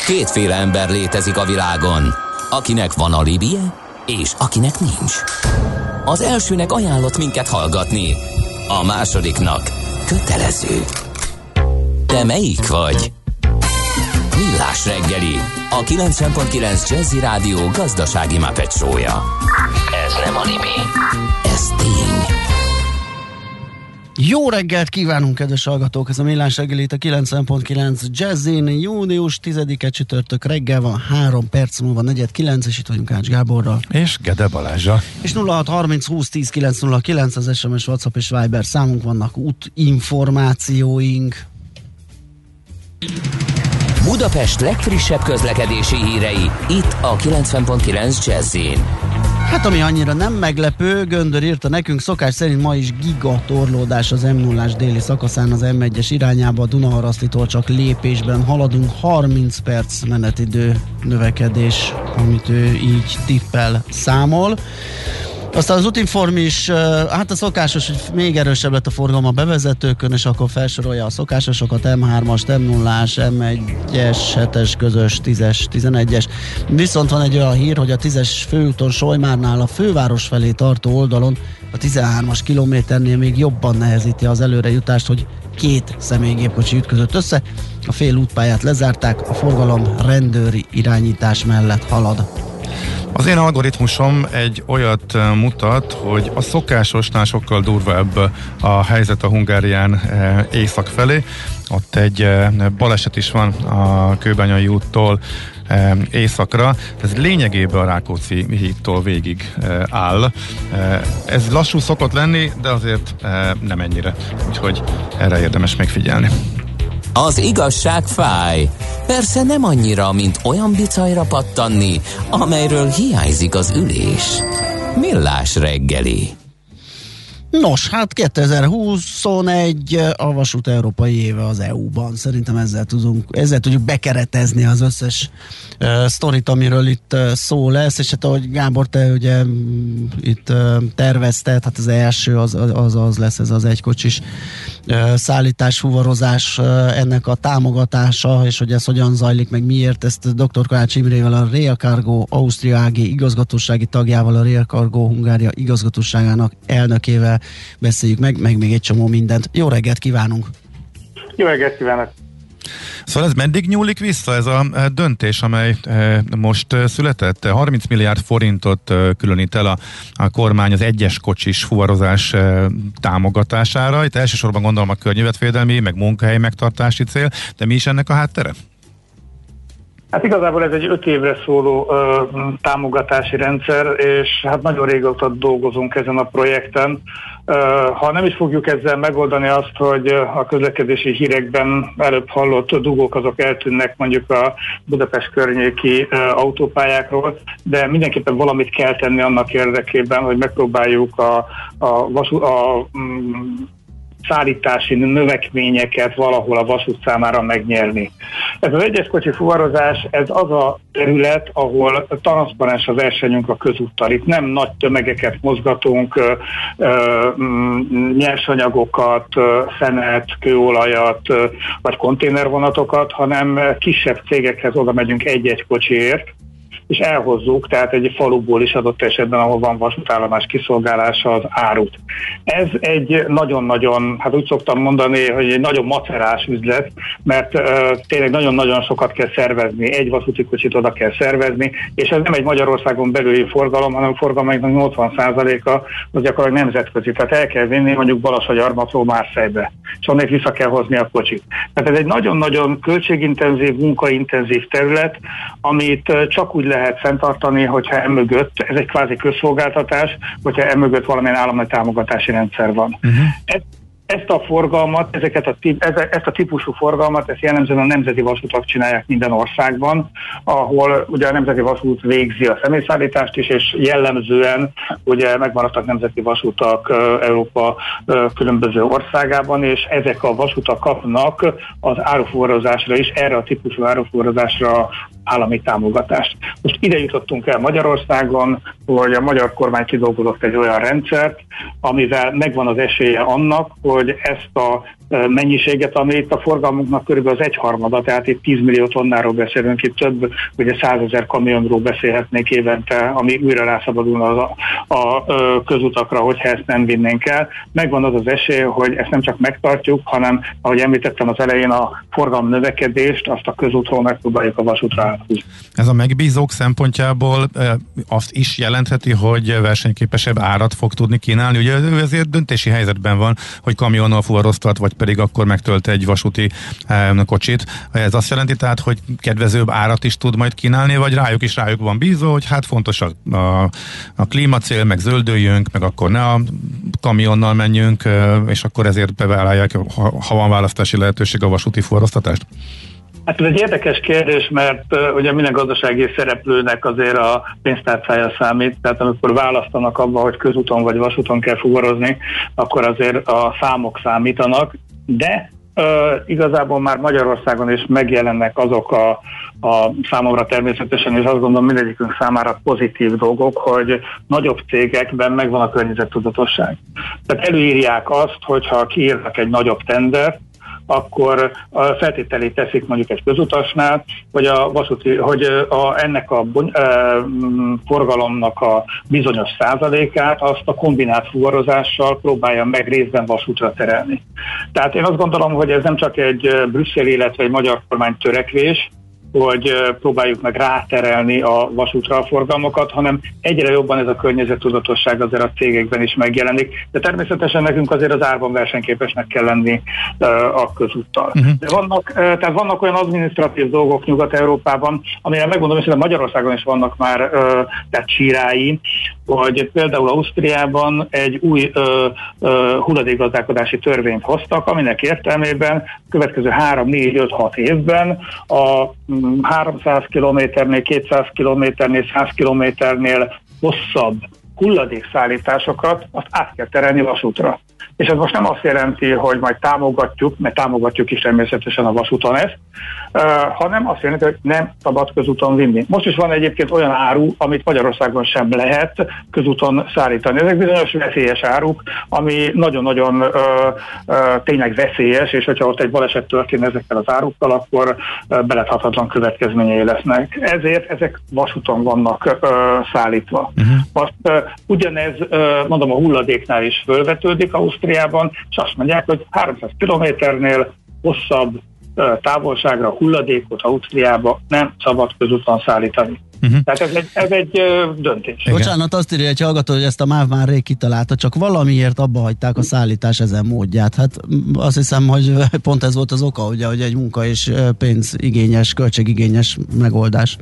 Kétféle ember létezik a világon, akinek van alibije, és akinek nincs. Az elsőnek ajánlott minket hallgatni, a másodiknak kötelező. Te melyik vagy? Millás reggeli, a 90.9 Jazzy Rádió gazdasági Muppet show-ja. Ez nem anime, ez tény. Jó reggelt kívánunk, kedves hallgatók! Ez a Millás reggeli, a 90.9 Jazzin. Június 10-e csütörtök reggel van, 3 perc múlva 4:09, és itt vagyunk Ács Gáborral. És Gede Balázsa. És 0630 20 10 909 az SMS, WhatsApp és Viber számunk, vannak útinformációink. Budapest legfrissebb közlekedési hírei, itt a 90.9 Jazzin. Hát ami annyira nem meglepő, Göndör írta nekünk, szokás szerint ma is gigatorlódás az M0-ás déli szakaszán az M1-es irányába, a Dunaharasztitól csak lépésben haladunk, 30 perc menetidő növekedés, amit ő így tippel, számol. Aztán az Útinform is, hát a szokásos, hogy még erősebb lett a forgalom a bevezetőkön, és akkor felsorolja a szokásosokat, M3-as, M0-ás, M1-es, 7-es közös, 10-es, 11-es. Viszont van egy olyan hír, hogy a 10-es főúton Solymárnál a főváros felé tartó oldalon a 13-as kilométernél még jobban nehezíti az előrejutást, hogy 2 személygépkocsi ütközött össze, a fél útpályát lezárták, a forgalom rendőri irányítás mellett halad. Az én algoritmusom egy olyat mutat, hogy a szokásosnál sokkal durvább a helyzet a Hungárián észak felé. Ott egy baleset is van a Kőbányai úttól északra. Ez lényegében a Rákóczi hídtól végig áll. Ez lassú szokott lenni, de azért nem ennyire. Úgyhogy erre érdemes még figyelni. Az igazság fáj. Persze nem annyira, mint olyan bicajra pattanni, amelyről hiányzik az ülés. Millás reggeli. Nos, hát 2021 a vasút európai éve az EU-ban. Szerintem ezzel tudjuk bekeretezni az összes sztorit, amiről itt szó lesz, és hát ahogy Gábor, te ugye itt tervezted, hát az első az lesz ez az egykocsis szállítás, fuvarozás, ennek a támogatása, és hogy ez hogyan zajlik, meg miért, ezt dr. Kovács Imrével, a Rail Cargo Ausztria AG igazgatósági tagjával, a Rail Cargo Hungária igazgatóságának elnökével beszéljük meg még egy csomó mindent. Jó reggelt kívánunk! Jó reggelt kívánok! Szóval ez meddig nyúlik vissza, ez a döntés, amely most született? 30 milliárd forintot különít el a kormány az egyes kocsis fuvarozás támogatására. Itt elsősorban gondolom a környezetvédelmi, meg munkahely megtartási cél, de mi is ennek a háttere? Hát igazából ez egy 5 évre szóló támogatási rendszer, és hát nagyon régóta dolgozunk ezen a projekten. Ha nem is fogjuk ezzel megoldani azt, hogy a közlekedési hírekben előbb hallott dugók azok eltűnnek mondjuk a Budapest környéki autópályákról, de mindenképpen valamit kell tenni annak érdekében, hogy megpróbáljuk a szállítási növekményeket valahol a vasút számára megnyerni. Ez az egyes kocsi fuvarozás, ez az a terület, ahol transzparens a versenyünk a közúttal. Itt nem nagy tömegeket mozgatunk, nyersanyagokat, szenet, kőolajat, vagy konténervonatokat, hanem kisebb cégekhez oda megyünk egy-egy kocsiért, és elhozzuk, tehát egy faluból is adott esetben, ahol van vasútállomás kiszolgálása, az árut. Ez egy nagyon-nagyon, hát úgy szoktam mondani, hogy egy nagyon macerás üzlet, mert tényleg nagyon-nagyon sokat kell szervezni, egy vasúti kocsit oda kell szervezni, és ez nem egy Magyarországon belüli forgalom, hanem a forgalmainknak 80%-a az gyakorlatilag nemzetközi. Tehát el kell vinni mondjuk Balassagyarmatról Márszejbe, és onnék vissza kell hozni a kocsit. Tehát ez egy nagyon-nagyon költségintenzív, munkaintenzív terület, amit csak úgy lehet fenntartani, hogyha emögött, ez egy kvázi közszolgáltatás, hogyha emögött valamilyen állami támogatási rendszer van. Ezt a forgalmat, ezt a típusú forgalmat, ezt jellemzően a nemzeti vasútak csinálják minden országban, ahol ugye a nemzeti vasút végzi a személyszállítást is, és jellemzően ugye megmaradtak nemzeti vasútak Európa különböző országában, és ezek a vasutak kapnak az árufuvarozásra is, erre a típusú árufuvarozásra állami támogatást. Most ide jutottunk el Magyarországon, hogy a magyar kormány kidolgozott egy olyan rendszert, amivel megvan az esélye annak, hogy ezt a mennyiséget, ami itt a forgalmunknak körülbelül az egyharmada, tehát itt 10 millió tonnáról beszélünk, itt több, ugye 100 000 kamionról beszélhetnék évente, ami újra rászabadulna a közutakra, hogyha ezt nem vinnénk el. Megvan az az esély, hogy ezt nem csak megtartjuk, hanem, ahogy említettem az elején, a forgalom növekedést, azt a közútról megpróbáljuk a vasútra áthúzni. Ez a megbízók szempontjából azt is jelentheti, hogy versenyképesebb árat fog tudni kínálni. Ugye ő ezért döntési helyzetben van, hogy kamionnal fuvaroztat, vagy pedig akkor megtölt egy vasúti kocsit. Ez azt jelenti tehát, hogy kedvezőbb árat is tud majd kínálni, vagy rájuk van bízva, hogy hát fontos a klímacél, meg zöldüljünk, meg akkor ne a kamionnal menjünk, és akkor ezért bevállalják, ha van választási lehetőség, a vasúti fuvaroztatást? Hát ez egy érdekes kérdés, mert ugye minden gazdasági szereplőnek azért a pénztárcája számít, tehát amikor választanak abban, hogy közúton vagy vasúton kell fuvarozni, akkor azért a számok számítanak, de igazából már Magyarországon is megjelennek azok a számomra természetesen, és azt gondolom mindegyikünk számára pozitív dolgok, hogy nagyobb cégekben megvan a környezettudatosság. Tehát előírják azt, hogyha kiírnak egy nagyobb tendert, akkor feltételét teszik mondjuk egy közutasnál, hogy ennek a forgalomnak a bizonyos százalékát azt a kombinált fuvarozással próbálja meg részben vasútra terelni. Tehát én azt gondolom, hogy ez nem csak egy brüsszeli, illetve egy magyar kormány törekvés, hogy próbáljuk meg ráterelni a vasútra a forgalmakat, hanem egyre jobban ez a környezettudatosság azért a cégekben is megjelenik. De természetesen nekünk azért az árban versenyképesnek kell lenni a közúttal. De vannak olyan adminisztratív dolgok Nyugat-Európában, amire megmondom, hogy Magyarországon is vannak már tehát csírái, hogy például Ausztriában egy új hulladékgazdálkodási törvényt hoztak, aminek értelmében következő 3-4-5-6 évben a 300 kilométernél, 200 kilométernél, 100 kilométernél hosszabb hulladékszállításokat azt át kell terelni vasútra. És ez most nem azt jelenti, hogy majd támogatjuk, mert támogatjuk is természetesen a vasúton ezt, hanem azt jelenti, hogy nem szabad közúton vinni. Most is van egyébként olyan áru, amit Magyarországon sem lehet közúton szállítani. Ezek bizonyos veszélyes áruk, ami nagyon-nagyon tényleg veszélyes, és hogyha ott egy baleset történik ezekkel az árukkal, akkor beláthatatlan következményei lesznek. Ezért ezek vasúton vannak szállítva. Ugyanez, mondom, a hulladéknál is fölvetődik Ausztriában, és azt mondják, hogy 300 kilométernél hosszabb távolságra hulladékot Ausztriába nem szabad közúton szállítani. Tehát ez egy döntés. Bocsánat, azt írja egy hallgató, hogy ezt a MÁV már rég kitalálta, csak valamiért abba hagyták a szállítás ezen módját. Hát azt hiszem, hogy pont ez volt az oka, ugye, hogy egy munka és pénzigényes, költségigényes megoldás.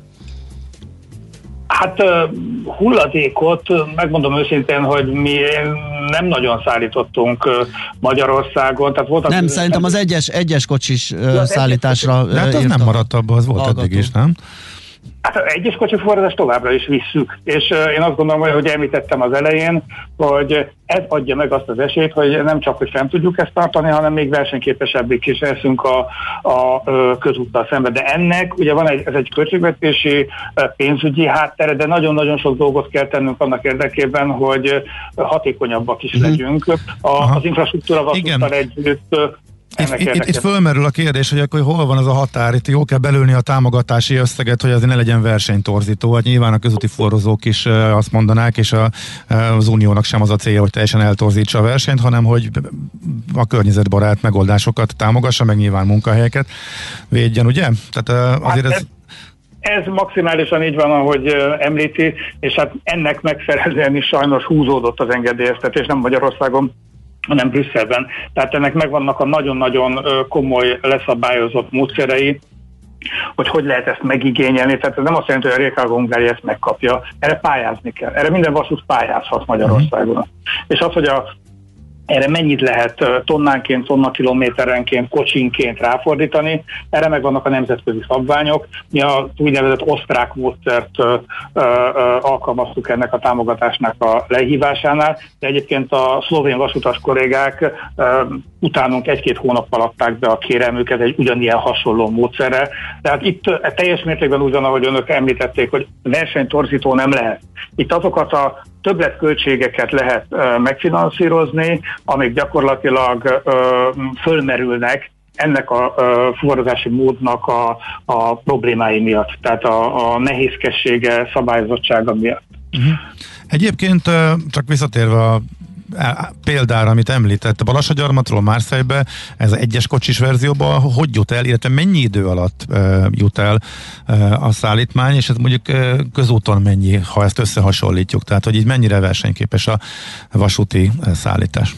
Hát hulladékot, megmondom őszintén, hogy mi nem nagyon szállítottunk Magyarországon. Tehát voltak nem, szerintem az egyes kocsis szállításra de hát az nem maradt abban, az volt hallgató. Eddig is, nem? Hát egyes kocsi forradást továbbra is visszük, és én azt gondolom, hogy említettem az elején, hogy ez adja meg azt az esélyt, hogy nem csak, hogy fent tudjuk ezt tartani, hanem még versenyképesebbik is leszünk a közúttal szemben. De ennek ugye van ez egy költségvetési pénzügyi háttere, de nagyon-nagyon sok dolgot kell tennünk annak érdekében, hogy hatékonyabbak is legyünk. Az infrastruktúra vasúttal együtt. Itt fölmerül a kérdés, hogy akkor hol van az a határ, itt jó kell belülni a támogatási összeget, hogy azért ne legyen versenytorzító. Hát nyilván a közúti forrozók is azt mondanák, és az uniónak sem az a célja, hogy teljesen eltorzítsa a versenyt, hanem hogy a környezetbarát megoldásokat támogassa, meg nyilván munkahelyeket védjen, ugye? Tehát azért ez maximálisan így van, ahogy említi, és hát ennek megfelelően is sajnos húzódott az engedélyeztetés, nem Magyarországon, hanem Brüsszelben. Tehát ennek megvannak a nagyon-nagyon komoly leszabályozott módszerei, hogy lehet ezt megigényelni. Tehát ez nem azt jelenti, hogy a Rékága Hungária ezt megkapja. Erre pályázni kell. Erre minden vasút pályázhat Magyarországon. És az, hogy erre mennyit lehet tonnánként, tonnakilométerenként, kocsinként ráfordítani, erre megvannak a nemzetközi szabványok. Mi a úgynevezett osztrák módszert alkalmaztuk ennek a támogatásnak a lehívásánál, de egyébként a szlovén vasutas kollégák utánunk 1-2 hónappal adták be a kérelmüket egy ugyanilyen hasonló módszerre. Tehát itt teljes mértékben úgy van, ahogy önök említették, hogy versenytorzító nem lehet. Itt azokat a többletköltségeket lehet megfinanszírozni, amik gyakorlatilag fölmerülnek ennek a fuvarozási módnak a problémái miatt, tehát a nehézkessége, szabályozottsága miatt. Egyébként csak visszatérve a példára, amit említett, Balassagyarmatról Marseille-be, ez az egyes kocsis verzióban hogy jut el, illetve mennyi idő alatt jut el a szállítmány, és ez mondjuk közúton mennyi, ha ezt összehasonlítjuk, tehát hogy így mennyire versenyképes a vasúti szállítás?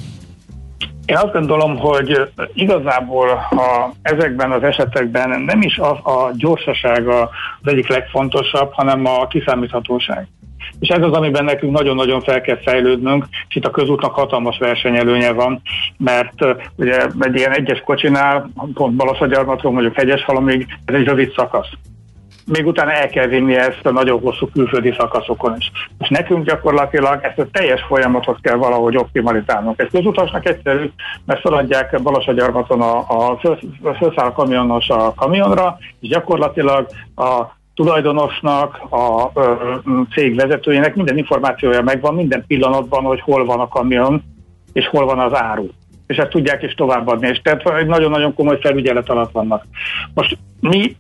Én azt gondolom, hogy igazából ezekben az esetekben nem is a gyorsaság az egyik legfontosabb, hanem a kiszámíthatóság. És ez az, amiben nekünk nagyon-nagyon fel kell fejlődnünk, és itt a közútnak hatalmas versenyelőnye van, mert ugye egy ilyen egyes kocsinál, pont Balassagyarmatról mondjuk Hegyeshalomig, ez egy rövid szakasz. Még utána el kell vinni ezt a nagyon hosszú külföldi szakaszokon is. És nekünk gyakorlatilag ezt a teljes folyamatot kell valahogy optimalizálnunk. Ez közutasnak egyszerű, mert feladják Balassagyarmaton felszáll a kamionos a kamionra, és gyakorlatilag a tulajdonosnak, a cég vezetőjének minden információja megvan minden pillanatban, hogy hol van a kamion, és hol van az áru. És ezt tudják is továbbadni. És tehát egy nagyon-nagyon komoly felügyelet alatt vannak. Most mi,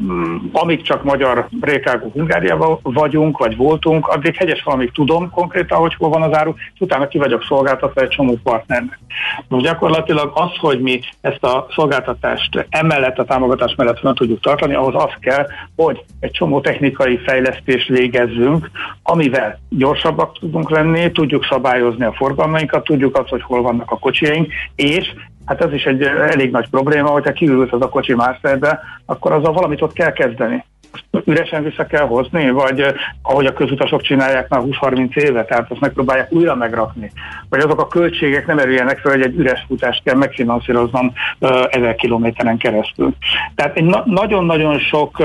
amíg csak magyar rékágú Hungáriában vagyunk, vagy voltunk, addig Hegyeshalamig tudom konkrétan, hogy hol van az áru, és utána ki vagyok szolgáltatva egy csomó partnernek. Most gyakorlatilag az, hogy mi ezt a szolgáltatást emellett, a támogatás mellett fel tudjuk tartani, ahhoz az kell, hogy egy csomó technikai fejlesztést végezzünk, amivel gyorsabbak tudunk lenni, tudjuk szabályozni a forgalmainkat, tudjuk azt, hogy hol vannak a kocsiaink, és hát ez is egy elég nagy probléma, hogyha kiürült az a kocsi Marseille-be, akkor azzal valamit ott kell kezdeni. Üresen vissza kell hozni, vagy ahogy a közutasok csinálják már 20-30 éve, tehát azt megpróbálják újra megrakni. Vagy azok a költségek nem erüljenek fel, hogy egy üres futást kell megfinanszíroznom 1000 kilométeren keresztül. Tehát egy nagyon-nagyon sok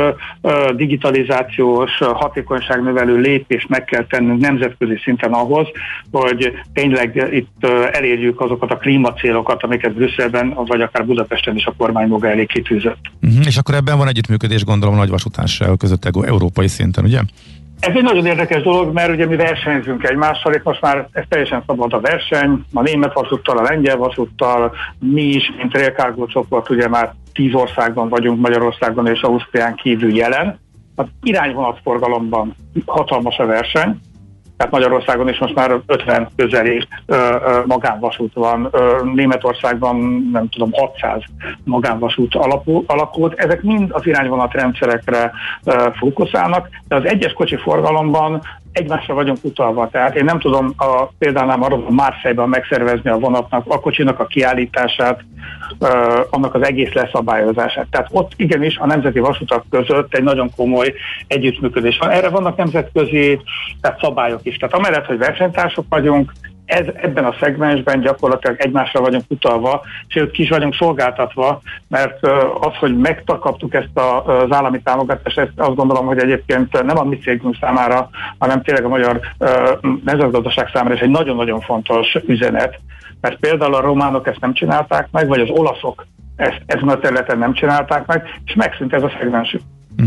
digitalizációs, hatékonyságnövelő lépést meg kell tennünk nemzetközi szinten ahhoz, hogy tényleg itt elérjük azokat a klímacélokat, amiket Brüsszelben, vagy akár Budapesten is a kormány maga elé kitűzött. És akkor ebben van együttműködés, gondolom, nagyvasutás között európai szinten, ugye? Ez egy nagyon érdekes dolog, mert ugye mi versenyzünk egymással, itt most már ez teljesen szabad a verseny, a német vasúttal, a lengyel vasúttal, mi is, mint Rail Cargo csoport, ugye már 10 országban vagyunk, Magyarországon és Ausztrián kívül jelen. Az irányvonatforgalomban hatalmas a verseny, tehát Magyarországon is most már 50 közeli magánvasút van, Németországban nem tudom, 600 magánvasút alakult. Ezek mind az irányvonatrendszerekre fókuszálnak, de az egyes kocsi forgalomban egymásra vagyunk utalva. Tehát én nem tudom például a Marseille-ban megszervezni a vonatnak, a kocsinak a kiállítását, annak az egész leszabályozását. Tehát ott igenis a nemzeti vasutak között egy nagyon komoly együttműködés van. Erre vannak nemzetközi szabályok is. Tehát amellett, hogy versenytársak vagyunk, ebben a szegmensben gyakorlatilag egymásra vagyunk utalva, sőt ki is vagyunk szolgáltatva, mert az, hogy megkaptuk ezt az állami támogatást, ezt azt gondolom, hogy egyébként nem a mi cégünk számára, hanem tényleg a magyar nemzetgazdaság számára is egy nagyon-nagyon fontos üzenet, mert például a románok ezt nem csinálták meg, vagy az olaszok ezen a területen nem csinálták meg, és megszűnt ez a szegmensük.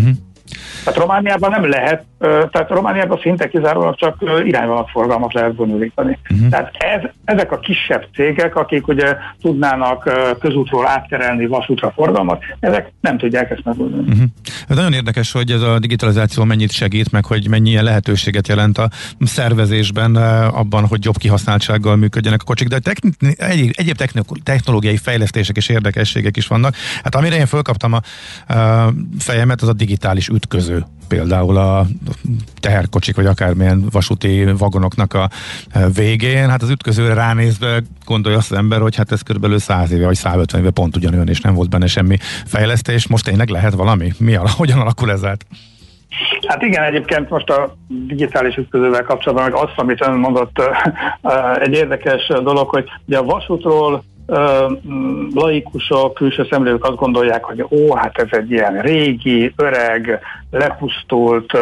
Tehát Romániában nem lehet, tehát Romániában szinte kizárólag csak irányvonatforgalmat lehet bonyolítani. Tehát ezek a kisebb cégek, akik ugye tudnának közútról átterelni vasútra forgalmat, ezek nem tudják ezt megoldani. Ez nagyon érdekes, hogy ez a digitalizáció mennyit segít, meg hogy mennyi ilyen lehetőséget jelent a szervezésben, abban, hogy jobb kihasználtsággal működjenek a kocsik, de egyéb technológiai fejlesztések és érdekességek is vannak. Hát amire én fölkaptam a fejemet, az a digitális ütköző. Például a teherkocsik, vagy akármilyen vasúti vagonoknak a végén, hát az ütközőre ránézve gondolja azt az ember, hogy hát ez körülbelül 100 éve, vagy 150 éve pont ugyanolyan, és nem volt benne semmi fejlesztés. Most tényleg lehet valami? Hogyan alakul ez át? Hát igen, egyébként most a digitális ütközővel kapcsolatban, meg azt, amit ön mondott, egy érdekes dolog, hogy ugye a vasútról laikusok, külső szemlélők azt gondolják, hogy hát ez egy ilyen régi, öreg, lepusztult,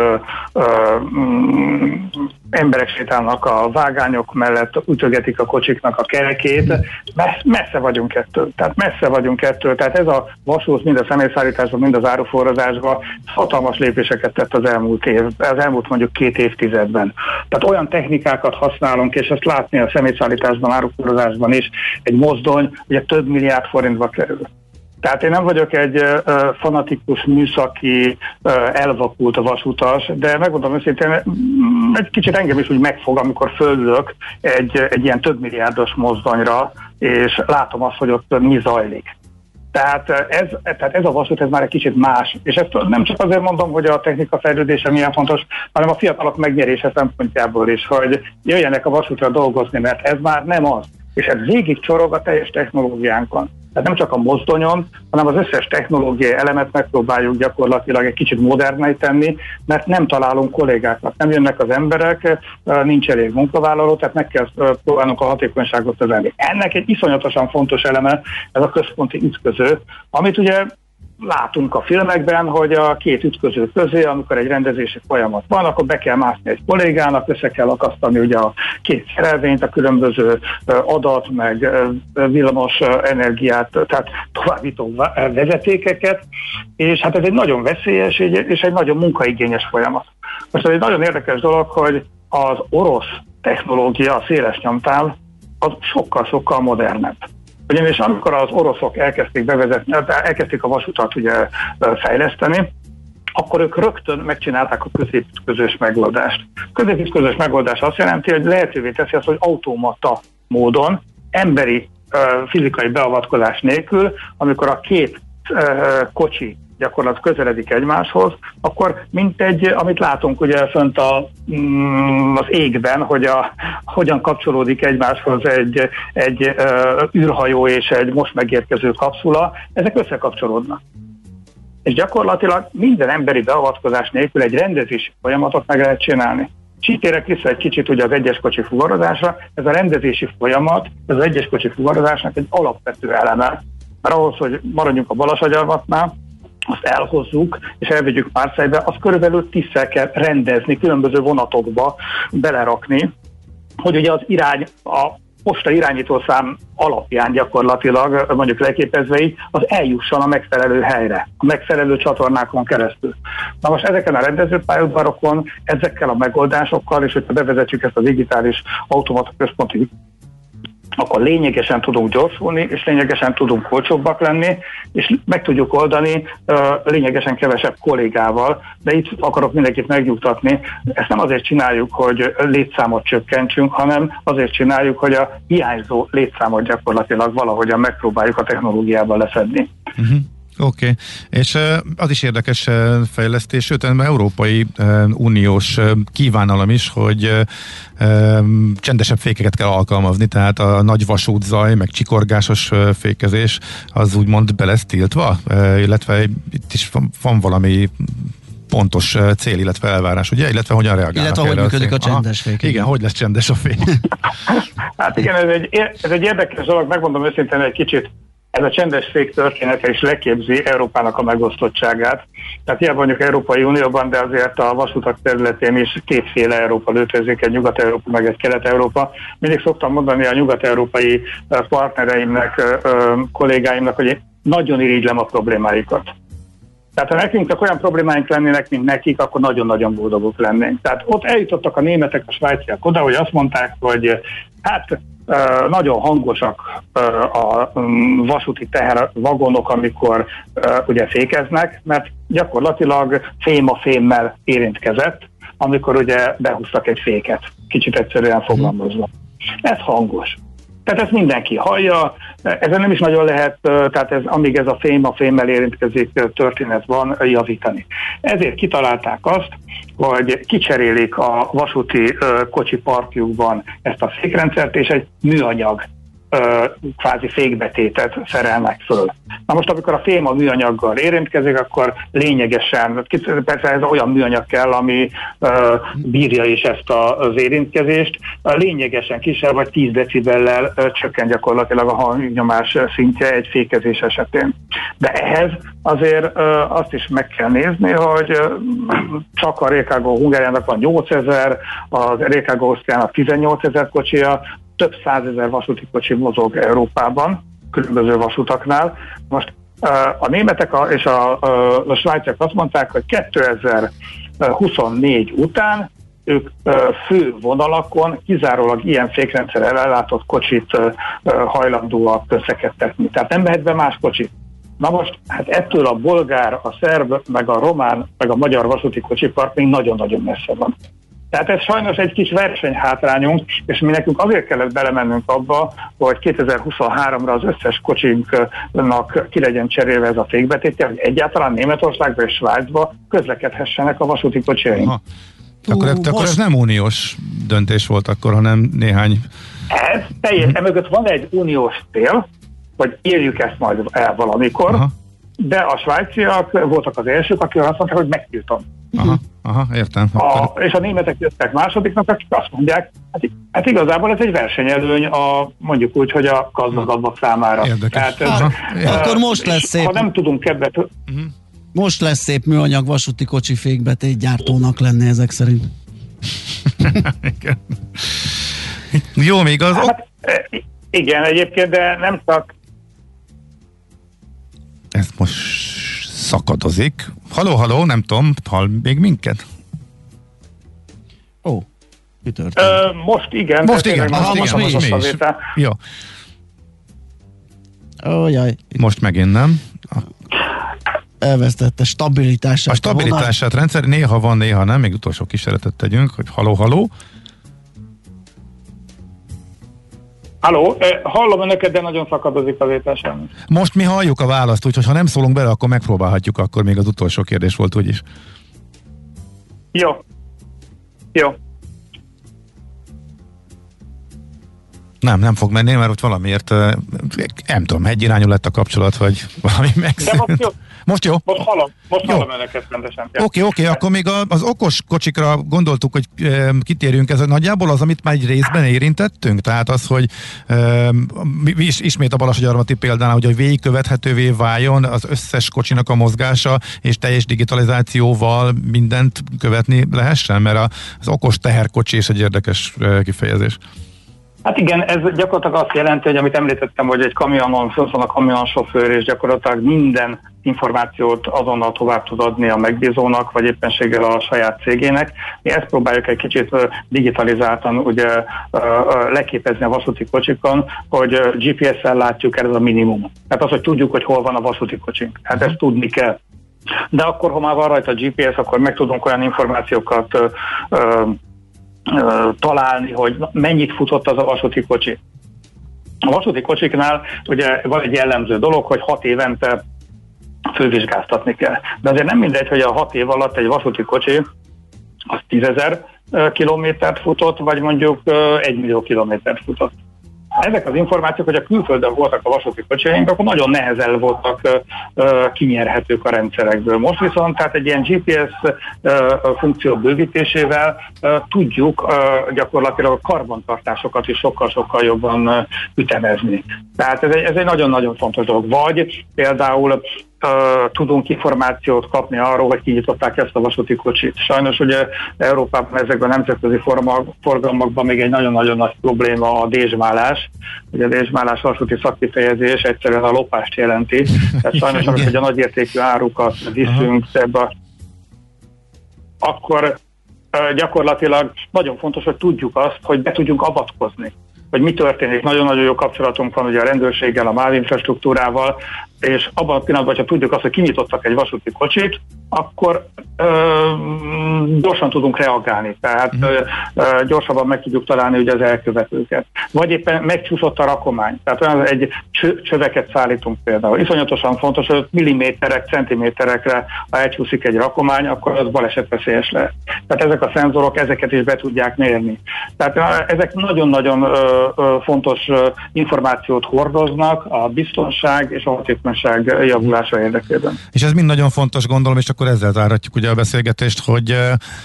emberek sétálnak a vágányok mellett, ütögetik a kocsiknak a kerekét. Messze vagyunk ettől. Tehát ez a vasút mind a személyszállításban, mind az áruforrazásban hatalmas lépéseket tett az elmúlt mondjuk 2 évtizedben. Tehát olyan technikákat használunk, és ezt látni a személyszállításban, áruforrazásban is, egy mozdony ugye több milliárd forintba kerül. Tehát én nem vagyok egy fanatikus, műszaki, elvakult vasutas, de megmondom őszintén, egy kicsit engem is úgy megfog, amikor fölülök egy ilyen több milliárdos mozdonyra, és látom azt, hogy ott mi zajlik. Tehát ez a vasút, ez már egy kicsit más. És ezt nem csak azért mondom, hogy a technika fejlődése milyen fontos, hanem a fiatalok megnyerése szempontjából is, hogy jöjjenek a vasútra dolgozni, mert ez már nem az. És ez végig csorog a teljes technológiánkon. Tehát nem csak a mozdonyon, hanem az összes technológiai elemet megpróbáljuk gyakorlatilag egy kicsit moderné tenni, mert nem találunk kollégákat, nem jönnek az emberek, nincs elég munkavállaló, tehát meg kell próbálnunk a hatékonyságot növelni. Ennek egy iszonyatosan fontos eleme ez a központi ütköző, amit ugye látunk a filmekben, hogy a két ütköző közé, amikor egy rendezési folyamat van, akkor be kell mászni egy kollégának, össze kell akasztani ugye a két szerelvényt, a különböző adat, meg villamos energiát, tehát továbbító vezetékeket, és hát ez egy nagyon veszélyes és egy nagyon munkaigényes folyamat. Most ez egy nagyon érdekes dolog, hogy az orosz technológia, a széles nyomtáv, az sokkal-sokkal modernebb. Ugyanis amikor az oroszok elkezdték a vasutat ugye fejleszteni, akkor ők rögtön megcsinálták a középütközős megoldást. Középütközős megoldás azt jelenti, hogy lehetővé teszi azt, hogy automata módon, emberi fizikai beavatkozás nélkül, amikor a két kocsi gyakorlat közeledik egymáshoz, akkor amit látunk ugye fönt az égben, hogy hogyan kapcsolódik egymáshoz egy űrhajó és egy most megérkező kapszula, ezek összekapcsolódnak. És gyakorlatilag minden emberi beavatkozás nélkül egy rendezési folyamatot meg lehet csinálni. Térek vissza egy kicsit ugye az egyes kocsi fuvarozásra, ez a rendezési folyamat, ez az egyes kocsi fuvarozásnak egy alapvető eleme. Mert ahhoz, hogy maradjunk a Balassagyarmatnál, azt elhozzuk, és elvigyük Márszájba, azt körülbelül 10-szer kell rendezni, különböző vonatokba belerakni, hogy ugye az a posta irányítószám alapján gyakorlatilag, mondjuk leképezve így, az eljusson a megfelelő helyre, a megfelelő csatornákon keresztül. Na most ezeken a rendezőpályaudvarokon, ezekkel a megoldásokkal, és hogyha bevezetjük ezt a digitális automata központi, akkor lényegesen tudunk gyorsulni, és lényegesen tudunk olcsóbbak lenni, és meg tudjuk oldani lényegesen kevesebb kollégával, de itt akarok mindenkit megnyugtatni, ezt nem azért csináljuk, hogy létszámot csökkentsünk, hanem azért csináljuk, hogy a hiányzó létszámot gyakorlatilag valahogyan megpróbáljuk a technológiával leszedni. Uh-huh. Oké. És az is érdekes fejlesztés, sőt, Európai Uniós kívánalom is, hogy csendesebb fékeket kell alkalmazni, tehát a nagy vasútzaj, meg csikorgásos fékezés, az úgymond be lesz tiltva, illetve itt is van valami pontos cél, illetve elvárás, ugye? Illetve hogyan reagálnak illetve erre? Hogy működik a csendes fék. Igen, hogy lesz csendes a fék? Hát igen, ez egy érdekes dolog, megmondom őszintén egy kicsit, ez a csendes fék története is leképzi Európának a megosztottságát. Tehát hiába mondjuk Európai Unióban, de azért a vasutak területén is kétféle Európa létezik, egy Nyugat-Európa, meg egy Kelet-Európa. Mindig szoktam mondani a nyugat-európai partnereimnek, kollégáimnak, hogy én nagyon irigylem a problémáikat. Tehát ha nekünk olyan problémáink lennének, mint nekik, akkor nagyon-nagyon boldogok lennénk. Tehát ott eljutottak a németek, a svájciak oda, hogy azt mondták, hogy hát nagyon hangosak a vasúti tehervagonok, amikor ugye fékeznek, mert gyakorlatilag fém a fémmel érintkezett, amikor ugye behúztak egy féket, kicsit egyszerűen fogalmazva. Ez hangos. Tehát ezt mindenki hallja, ezen nem is nagyon lehet, tehát amíg ez a fémmel érintkezik történet van, javítani. Ezért kitalálták azt, hogy kicserélik a vasúti kocsi parkjukban ezt a fékrendszert, és egy műanyag kvázi fékbetétet szerelnek föl. Na most, amikor a fém a műanyaggal érintkezik, akkor lényegesen, persze ez olyan műanyag kell, ami bírja is ezt az érintkezést, lényegesen kisebb vagy 10 decibellel csökken gyakorlatilag a hangnyomás szintje egy fékezés esetén. De ehhez azért azt is meg kell nézni, hogy csak a Rékágó Hungáriának van 8000, a Rékágó Ausztriának 18 000 kocsija, több 100 000 vasúti kocsi mozog Európában, különböző vasutaknál. Most a németek és a svájciak azt mondták, hogy 2024 után ők fő vonalakon kizárólag ilyen fékrendszerrel ellátott kocsit hajlandóak közlekedtetni. Tehát nem mehet be más kocsit. Na most, hát ettől a bolgár, a szerb, meg a román, meg a magyar vasúti kocsipark még nagyon-nagyon messze van. Tehát ez sajnos egy kis versenyhátrányunk, és mi nekünk azért kellett belemennünk abba, hogy 2023-ra az összes kocsinknak ki legyen cserélve ez a fékbetétje, hogy egyáltalán Németországba és Svájcba közlekedhessenek a vasúti kocsiaink. Akkor ez nem uniós döntés volt akkor, hanem néhány... Ez teljes, emögött van egy uniós cél, hogy érjük ezt majd el valamikor, de a svájciak voltak az elsők, akik azt mondták, hogy megtiltom. Értem. És a németek jöttek másodiknak, akik azt mondják, hát igazából ez egy versenyelőny mondjuk úgy, hogy a gazdagabbak számára. Érdekes. Tehát akkor most lesz szép. Ha nem tudunk ebbe... Most lesz szép műanyag vasúti kocsi fékbetét gyártónak lenni ezek szerint. Jó, még az... Hát, igen, egyébként, de nem csak... Ez most szakadozik. Halló, nem tudom, hall még minket? Mi történt? Most igen. Most mi is. Jó. Jaj. Most megint nem. Elvesztette stabilitását. A stabilitását rendszer néha van, néha nem. Még utolsó kísérletet tegyünk, hogy halló. Halló, hallom önöket, de nagyon szakadozik a vétel semmi. Most mi halljuk a választ, úgyhogy ha nem szólunk bele, akkor megpróbálhatjuk, akkor még az utolsó kérdés volt úgyis. Jó. Nem fog menni, mert ott valamiért, nem tudom, egyirányú lett a kapcsolat, vagy valami megszűnt. De most jó? Most hallom önöket rendesen. Oké, akkor még az okos kocsikra gondoltuk, hogy kitérjünk, ez nagyjából az, amit már egy részben érintettünk, tehát az, hogy ismét a Balassagyarmati példánál, hogy végigkövethetővé váljon az összes kocsinak a mozgása, és teljes digitalizációval mindent követni lehessen, mert az okos teherkocsi is egy érdekes kifejezés. Hát igen, ez gyakorlatilag azt jelenti, hogy amit említettem, hogy egy kamionon föl van a kamionsofőr, és gyakorlatilag minden információt azonnal tovább tud adni a megbízónak, vagy éppenséggel a saját cégének. Mi ezt próbáljuk egy kicsit digitalizáltan ugye leképezni a vasúti kocsikon, hogy GPS-szel látjuk el, ez a minimum. Tehát az, hogy tudjuk, hogy hol van a vasúti kocsink. Hát ezt tudni kell. De akkor, ha már van rajta GPS, akkor meg tudunk olyan információkat találni, hogy mennyit futott az a vasúti kocsi. A vasúti kocsiknál ugye van egy jellemző dolog, hogy 6 évente fővizsgáztatni kell. De azért nem mindegy, hogy a 6 év alatt egy vasúti kocsi az 10 000 kilométert futott, vagy mondjuk 1 millió kilométert futott. Ezek az információk, hogy a külföldön voltak a vasúti kocsiaink, akkor nagyon nehezen voltak kinyerhetők a rendszerekből. Most viszont tehát egy ilyen GPS funkció bővítésével tudjuk gyakorlatilag a karbantartásokat is sokkal-sokkal jobban ütemezni. Tehát ez egy nagyon-nagyon fontos dolog. Vagy például tudunk információt kapni arról, hogy kinyitották ezt a vasúti kocsit. Sajnos ugye Európában ezekben a nemzetközi forgalmakban még egy nagyon-nagyon nagy probléma a dézsmálás. Ugye a dézsmálás vasúti szakkifejezés egyszerűen a lopást jelenti. Tehát sajnos, amikor a nagyértékű árukat viszünk ebbe, akkor gyakorlatilag nagyon fontos, hogy tudjuk azt, hogy be tudjunk avatkozni, hogy mi történik. Nagyon-nagyon jó kapcsolatunk van ugye a rendőrséggel, a MÁV infrastruktúrával, és abban a pillanatban, ha tudjuk azt, hogy kinyitottak egy vasúti kocsit, akkor gyorsan tudunk reagálni, tehát gyorsabban meg tudjuk találni ugye az elkövetőket. Vagy éppen megcsúszott a rakomány, tehát olyan egy csöveket szállítunk például. Iszonyatosan fontos, hogy milliméterek, centiméterekre, ha elcsúszik egy rakomány, akkor az balesetveszélyes lehet. Tehát ezek a szenzorok, ezeket is be tudják mérni. Tehát ezek nagyon-nagyon fontos információt hordoznak a biztonság és a hatékonyság javulása érdekében. És ez mind nagyon fontos, gondolom, és akkor ezzel zárhatjuk ugye a beszélgetést, hogy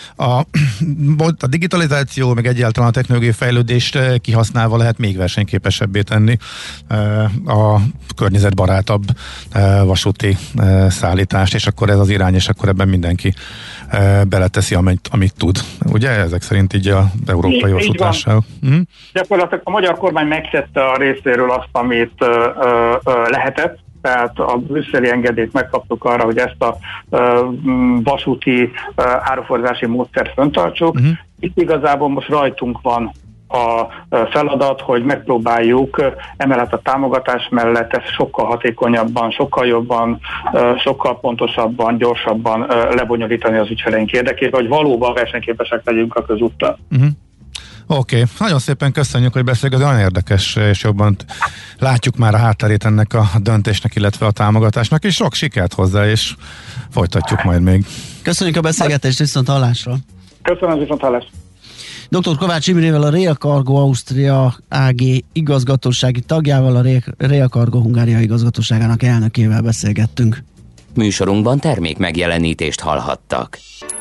a digitalizáció, meg egyáltalán a technológiai fejlődést kihasználva lehet még versenyképesebbé tenni a környezetbarátabb vasúti szállítást, és akkor ez az irány, és akkor ebben mindenki beleteszi, amit tud. Ugye ezek szerint így az Európai Vasútársaság. Gyakorlatilag a magyar kormány megtette a részéről azt, amit lehetett, tehát a brüsszeli engedélyt megkaptuk arra, hogy ezt a vasúti áruforzási módszert fenntartsuk. Itt igazából most rajtunk van a feladat, hogy megpróbáljuk emellett a támogatás mellett ezt sokkal hatékonyabban, sokkal jobban, sokkal pontosabban, gyorsabban lebonyolítani az ügyfeleink érdekében, hogy valóban versenyképesek legyünk a közúttal. Oké. Nagyon szépen köszönjük, hogy beszélgetünk, olyan érdekes, és jobban látjuk már a hátterét ennek a döntésnek, illetve a támogatásnak, és sok sikert hozzá, és folytatjuk majd még. Köszönjük a beszélgetést, viszont hallásra. Köszönöm, viszont hallásra. Dr. Kovács Imrével, a Rail Cargo Ausztria AG igazgatósági tagjával, a Rail Cargo Hungária igazgatóságának elnökével beszélgettünk. Műsorunkban termék megjelenítést hallhattak.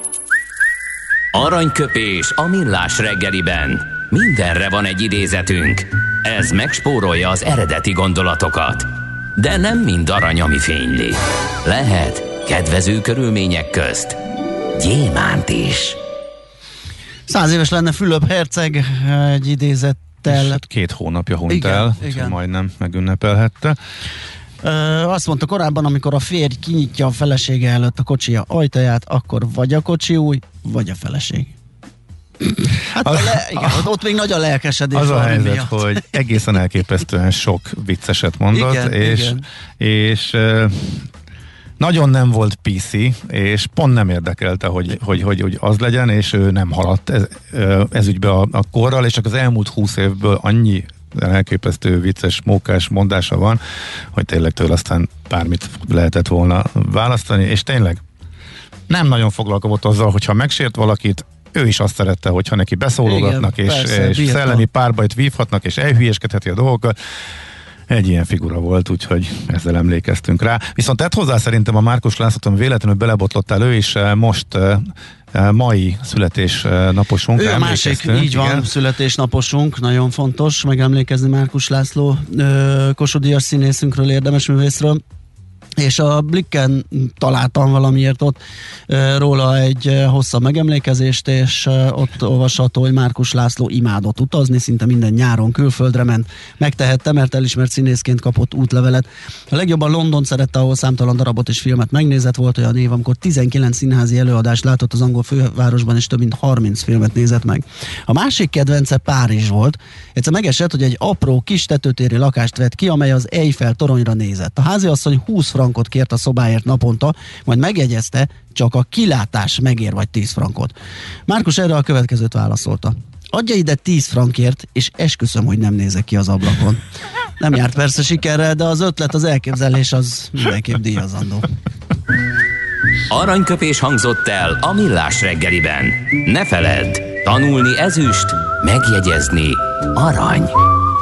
Aranyköpés a millás reggeliben. Mindenre van egy idézetünk. Ez megspórolja az eredeti gondolatokat. De nem mind arany, ami fényli. Lehet kedvező körülmények közt gyémánt is. 100 éves lenne Fülöp herceg egy idézettel. És 2 hónapja hunyt el, majdnem megünnepelhette. Azt mondta korábban, amikor a férj kinyitja a felesége előtt a kocsija ajtaját, akkor vagy a kocsi új, vagy a feleség. Hát igen, ott még nagy a lelkesedés. Az a helyzet, miatt. hogy egészen elképesztően sok vicceset mondott, igen, és nagyon nem volt PC, és pont nem érdekelte, hogy az legyen, és ő nem haladt ez ügybe a korral, és csak az elmúlt 20 évből annyi elképesztő vicces, mókás mondása van, hogy tényleg tőle aztán bármit lehetett volna választani, és tényleg nem nagyon foglalkozott azzal, hogyha megsért valakit, ő is azt szerette, hogyha neki beszólogatnak, igen, és szellemi párbajt vívhatnak, és elhülyéskedheti a dolgokat. Egy ilyen figura volt, úgyhogy ezzel emlékeztünk rá. Viszont tett hozzá szerintem a Márkus Lászlóton véletlenül belebotlottál, ő is most mai születésnaposunk. Ő a másik, így van, igen. Születésnaposunk, nagyon fontos megemlékezni Márkus László Kossuth Díjas színészünkről, érdemes művészről. És a Blicken találtam valamiért ott róla egy hosszabb megemlékezést, és ott olvasható, hogy Márkus László imádott utazni, szinte minden nyáron külföldre ment. Megtehette, mert elismert színészként kapott útlevelet. A legjobban London szerette, ahol számtalan darabot és filmet megnézett. Volt olyan év, amikor 19 színházi előadást látott az angol fővárosban, és több mint 30 filmet nézett meg. A másik kedvence Párizs volt. Egyszer megesett, hogy egy apró kis tetőtéri lakást vett ki, amely az Eiffel toronyra nézett. A háziasszony 20 frankot kért a szobáért naponta, majd megjegyezte, csak a kilátás megér vagy 10 frankot. Márkus erre a következőt válaszolta. Adja ide 10 frankért, és esküszöm, hogy nem nézek ki az ablakon. Nem járt persze sikerrel, de az ötlet, az elképzelés az mindenképp díjazandó. Aranyköpés hangzott el a millás reggeliben. Ne feledd, tanulni ezüst, megjegyezni arany.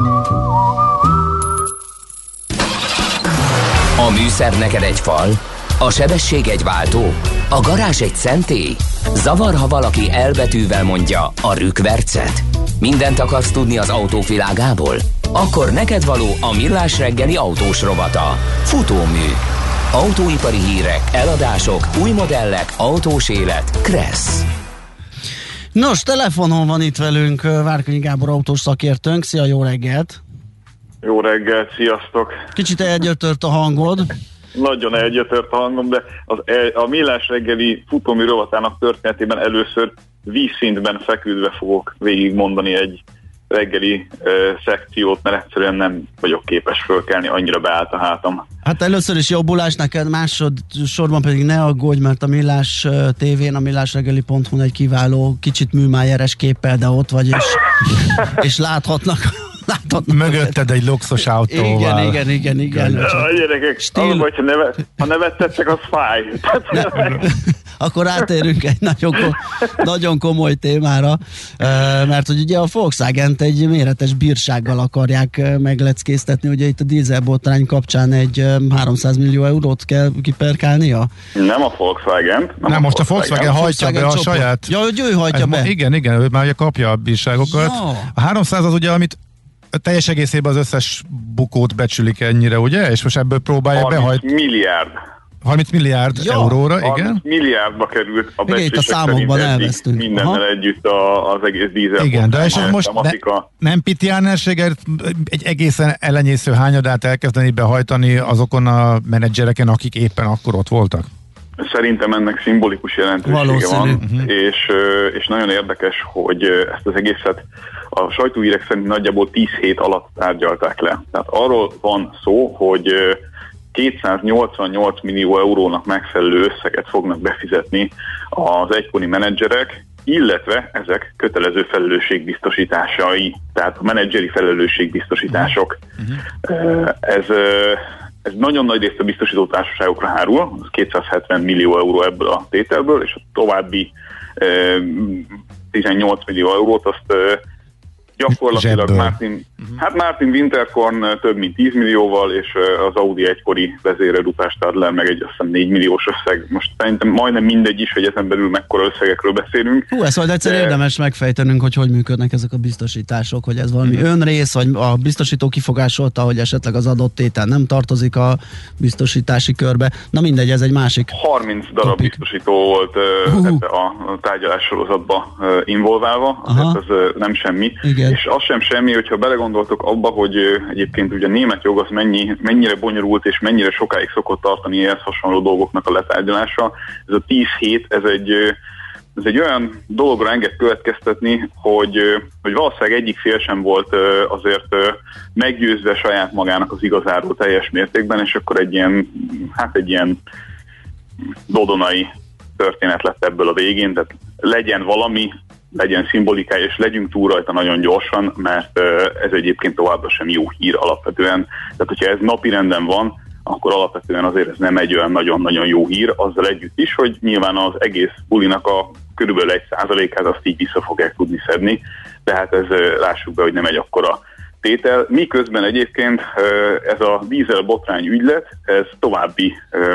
A műszer neked egy fal, a sebesség egy váltó, a garázs egy szentély. Zavar, ha valaki elbetűvel mondja a rükvercet. Mindent akarsz tudni az autóvilágából? Akkor neked való a millás reggeli autós rovata. Futómű. Autóipari hírek, eladások, új modellek, autós élet. Kressz. Nos, telefonon van itt velünk Várkonyi Gábor autós szakértőnk. Szia, jó reggelt! Jó reggelt, sziasztok! Kicsit elgyötört a hangod. Nagyon elgyötört a hangom, de a millás reggeli futómű rovatának történetében először vízszintben feküdve fogok végigmondani egy reggeli szekciót, mert egyszerűen nem vagyok képes fölkelni, annyira beállt a hátam. Hát először is jobbulás neked, másodszorban pedig ne aggódj, mert a Millás tévén, a millásreggeli.hu egy kiváló, kicsit műmájeres képpel, de ott vagy, és láthatnak mögötted egy luxus autóval. Igen. A gyerekek, ha nevettettek, az fáj. Akkor átérünk egy nagyon komoly témára, mert hogy ugye a Volkswagent egy méretes bírsággal akarják megleckéztetni, ugye itt a dízelbotrány kapcsán egy 300 millió eurót kell kiperkálnia? Nem a Volkswagen. Nem, most a Volkswagen hajtja be a saját... Ja, hogy ő hajtja be. Igen, ő már ugye kapja a bírságokat. Ja. A 300 az ugye, amit teljes egészében az összes bukót becsülik ennyire, ugye? És most ebből próbálja behajtani. 30 milliárd euróra, igen. 30 milliárdba került a becslések itt a számokban elvesztünk. Mindennel együtt az egész dízel. Igen, de és most nem pitiánerséget egy egészen elenyésző hányadát elkezdeni behajtani azokon a menedzsereken, akik éppen akkor ott voltak? Szerintem ennek szimbolikus jelentősége van, és nagyon érdekes, hogy ezt az egészet a sajtóhírek szerint nagyjából 10 hét alatt tárgyalták le. Tehát arról van szó, hogy 288 millió eurónak megfelelő összeget fognak befizetni az egykori menedzserek, illetve ezek kötelező felelősségbiztosításai, tehát a menedzseri felelősségbiztosítások. Ez nagyon nagy részt a biztosító társaságokra hárul, az 270 millió euró ebből a tételből, és a további 18 millió eurót azt gyakorlatilag Martin Winterkorn több mint 10 millióval, és az Audi egykori vezére Ruprecht Stadler meg egy azt hiszem 4 milliós összeg. Most szerintem majdnem mindegy is, hogy ezen belül mekkora összegekről beszélünk. Ezt majd egyszer érdemes megfejtenünk, hogy működnek ezek a biztosítások, hogy ez valami önrész, vagy a biztosító kifogásolta, hogy esetleg az adott tétel nem tartozik a biztosítási körbe. Na mindegy, ez egy másik 30 darab biztosító volt ebbe a tárgyalássorozatba involválva, ez nem semmi. Igen. És az sem semmi, hogyha belegondoltok abba, hogy egyébként ugye a német jog az mennyire bonyolult és mennyire sokáig szokott tartani ehhez hasonló dolgoknak a letárgyalása. Ez a 10 hét, ez egy olyan dologra enged következtetni, hogy valószínűleg egyik fél sem volt azért meggyőzve saját magának az igazáról teljes mértékben, és akkor egy ilyen dodonai történet lett ebből a végén, tehát legyen valami, legyen szimbolikája, és legyünk túl rajta nagyon gyorsan, mert ez egyébként továbbra sem jó hír alapvetően. Tehát, hogyha ez napirenden van, akkor alapvetően azért ez nem egy olyan nagyon-nagyon jó hír, azzal együtt is, hogy nyilván az egész bulinak a körülbelül 1%-át azt így vissza fogják tudni szedni, tehát ez lássuk be, hogy nem egy akkora tétel. Miközben egyébként ez a dízel botrány ügylet, ez további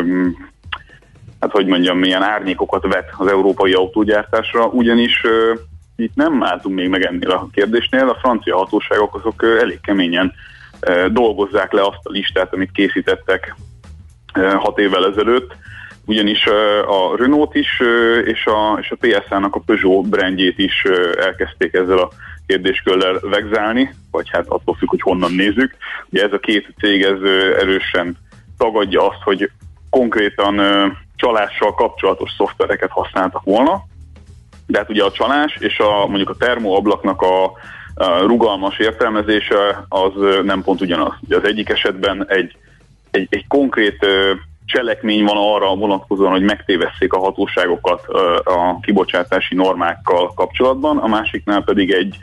milyen árnyékokat vet az európai autógyártásra, ugyanis itt nem álltunk még meg ennél a kérdésnél, a francia hatóságok azok elég keményen dolgozzák le azt a listát, amit készítettek 6 évvel ezelőtt, ugyanis a Renault is és a PSA-nak a Peugeot brandjét is elkezdték ezzel a kérdéskörrel vegzálni, vagy hát attól függ, hogy honnan nézzük. Ugye ez a két cég ez erősen tagadja azt, hogy konkrétan csalással kapcsolatos szoftvereket használtak volna, de hát ugye a csalás és mondjuk a termoablaknak a rugalmas értelmezése az nem pont ugyanaz. Ugye az egyik esetben egy konkrét cselekmény van arra vonatkozóan, hogy megtévesszék a hatóságokat a kibocsátási normákkal kapcsolatban, a másiknál pedig egy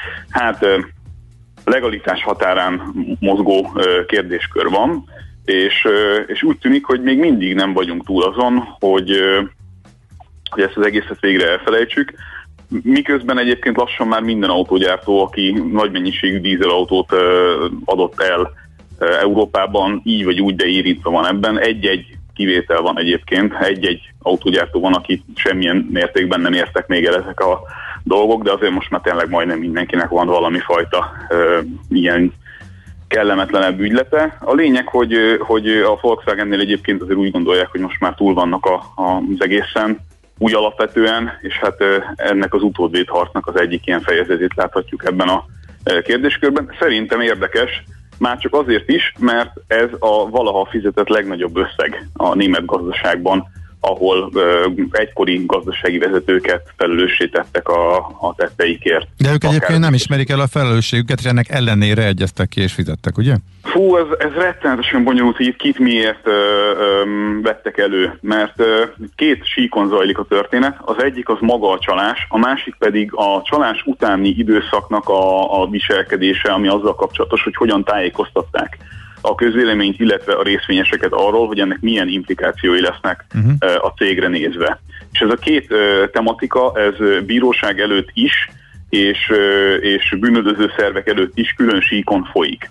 legalitás határán mozgó kérdéskör van, és úgy tűnik, hogy még mindig nem vagyunk túl azon, hogy ezt az egészet végre elfelejtsük. Miközben egyébként lassan már minden autógyártó, aki nagy mennyiségű dízelautót adott el Európában, így vagy úgy, de érintve van ebben. Egy-egy kivétel van egyébként, egy-egy autógyártó van, aki semmilyen mértékben nem értek még el ezek a dolgok, de azért most már tényleg majdnem mindenkinek van valami fajta ilyen kellemetlenebb ügylete. A lényeg, hogy a Volkswagennél egyébként azért úgy gondolják, hogy most már túl vannak az egészen úgy alapvetően, és hát ennek az utódvédharcnak az egyik ilyen fejezetét láthatjuk ebben a kérdéskörben. Szerintem érdekes, már csak azért is, mert ez a valaha fizetett legnagyobb összeg a német gazdaságban ahol egykori gazdasági vezetőket felelőssé tettek a tetteikért. De ők egyébként nem ismerik el a felelősségüket, és ennek ellenére egyeztek ki és fizettek, ugye? Fú, ez rettenetesen bonyolult, hogy kit miért vettek elő, mert két síkon zajlik a történet. Az egyik az maga a csalás, a másik pedig a csalás utáni időszaknak a viselkedése, ami azzal kapcsolatos, hogy hogyan tájékoztatták a közvéleményt, illetve a részvényeseket arról, hogy ennek milyen implikációi lesznek a cégre nézve. És ez a két tematika, ez bíróság előtt is, és bűnöldöző szervek előtt is külön síkon folyik.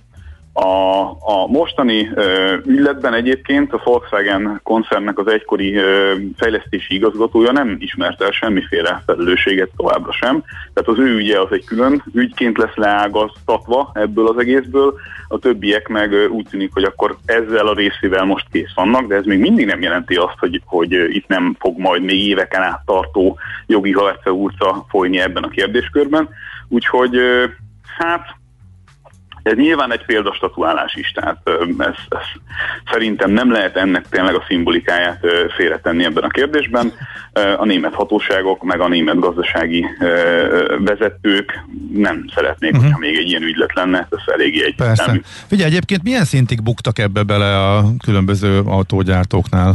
A mostani ügyletben egyébként a Volkswagen koncernnek az egykori fejlesztési igazgatója nem ismert el semmiféle felelősséget továbbra sem. Tehát az ő ügye az egy külön ügyként lesz leágaztatva ebből az egészből, a többiek meg úgy tűnik, hogy akkor ezzel a részével most kész vannak, de ez még mindig nem jelenti azt, hogy itt nem fog majd még éveken át tartó jogi harca folyni ebben a kérdéskörben. Úgyhogy hát ez nyilván egy példastatuálás is, tehát ez szerintem nem lehet ennek tényleg a szimbolikáját félretenni ebben a kérdésben. A német hatóságok, meg a német gazdasági vezetők nem szeretnék, hogyha még egy ilyen ügylet lenne, ez eléggé egyértelmű. Persze. Figyelj, egyébként milyen szintig buktak ebbe bele a különböző autógyártóknál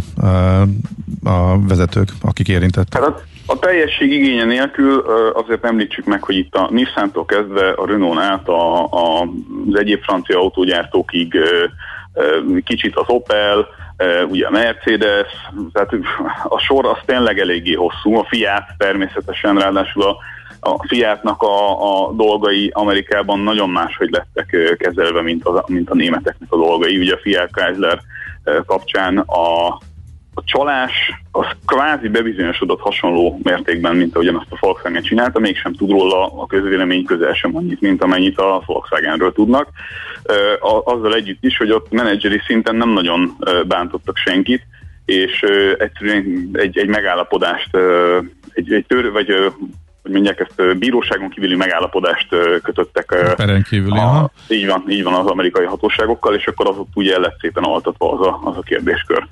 a vezetők, akik érintettek? Hát a teljesség igénye nélkül azért említsük meg, hogy itt a Nissan-tól kezdve a Renault át az egyéb francia autógyártókig, kicsit az Opel, ugye a Mercedes, tehát a sor az tényleg eléggé hosszú, a Fiat természetesen, ráadásul a Fiatnak a dolgai Amerikában nagyon máshogy lettek kezelve, mint a németeknek a dolgai. Ugye a Fiat Chrysler kapcsán a csalás az kvázi bebizonyosodott hasonló mértékben, mint ahogyan azt a Volkswagen csinálta, mégsem tud róla a közvélemény közel sem annyit, mint amennyit a Volkswagenről tudnak. Azzal együtt is, hogy ott menedzseri szinten nem nagyon bántottak senkit, és egyszerűen egy megállapodást, hogy mondják ezt, bíróságon kívüli megállapodást kötöttek. Peren kívüli, így van az amerikai hatóságokkal, és akkor az ott ugye el lett szépen altatva az a kérdéskör.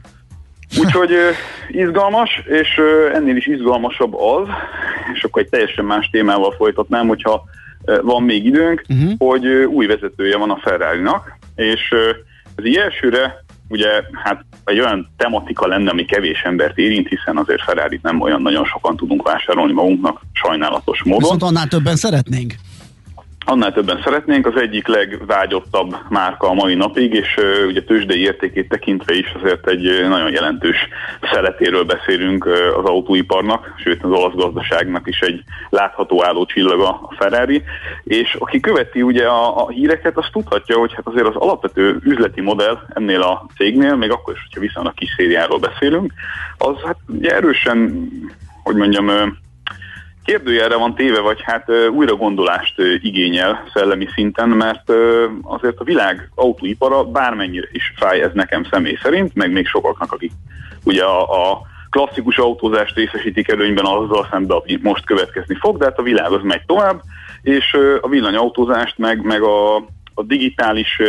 Úgyhogy izgalmas, és ennél is izgalmasabb az, és akkor egy teljesen más témával folytatnám, hogyha van még időnk, hogy új vezetője van a Ferrarinak, és ez így elsőre ugye hát egy olyan tematika lenne, ami kevés embert érint, hiszen azért Ferrarit nem olyan nagyon sokan tudunk vásárolni magunknak, sajnálatos módon. Viszont annál többen szeretnénk. Annál többen szeretnénk, az egyik legvágyottabb márka a mai napig, és ugye tőzsdei értékét tekintve is azért egy nagyon jelentős szeletéről beszélünk az autóiparnak, sőt az olasz gazdaságnak is egy látható álló csillaga a Ferrari, és aki követi ugye a híreket, az tudhatja, hogy hát azért az alapvető üzleti modell ennél a cégnél, még akkor is, hogyha viszonylag kis szériáról beszélünk, az hát ugye erősen, hogy mondjam, kérdőjelre van téve, vagy hát újra gondolást igényel szellemi szinten, mert azért a világ autóipara bármennyire is fáj ez nekem személy szerint, meg még sokaknak, akik ugye a klasszikus autózást részesítik előnyben azzal szemben, ami most következni fog, de hát a világ az megy tovább, és a villanyautózást, meg a digitális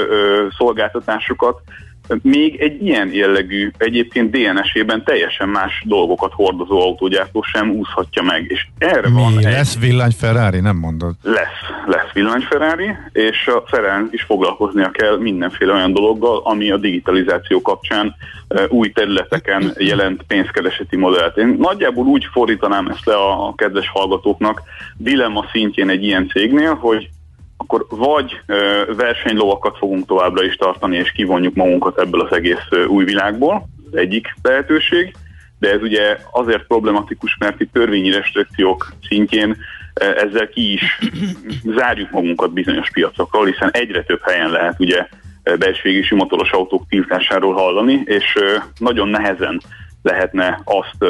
szolgáltatásokat még egy ilyen jellegű, egyébként DNS-ében teljesen más dolgokat hordozó autógyártó sem úszhatja meg. És erre van lesz villany Ferrari, nem mondod? Lesz villany Ferrari, és a Ferrari is foglalkoznia kell mindenféle olyan dologgal, ami a digitalizáció kapcsán új területeken jelent pénzkereseti modellt. Én nagyjából úgy fordítanám ezt le a kedves hallgatóknak dilemma szintjén egy ilyen cégnél, hogy akkor vagy versenylovakat fogunk továbbra is tartani, és kivonjuk magunkat ebből az egész új világból, az egyik lehetőség, de ez ugye azért problematikus, mert itt törvényi restrikciók szintjén ezzel ki is zárjuk magunkat bizonyos piacokról, hiszen egyre több helyen lehet ugye belső égésű motoros autók tiltásáról hallani, és nagyon nehezen lehetne azt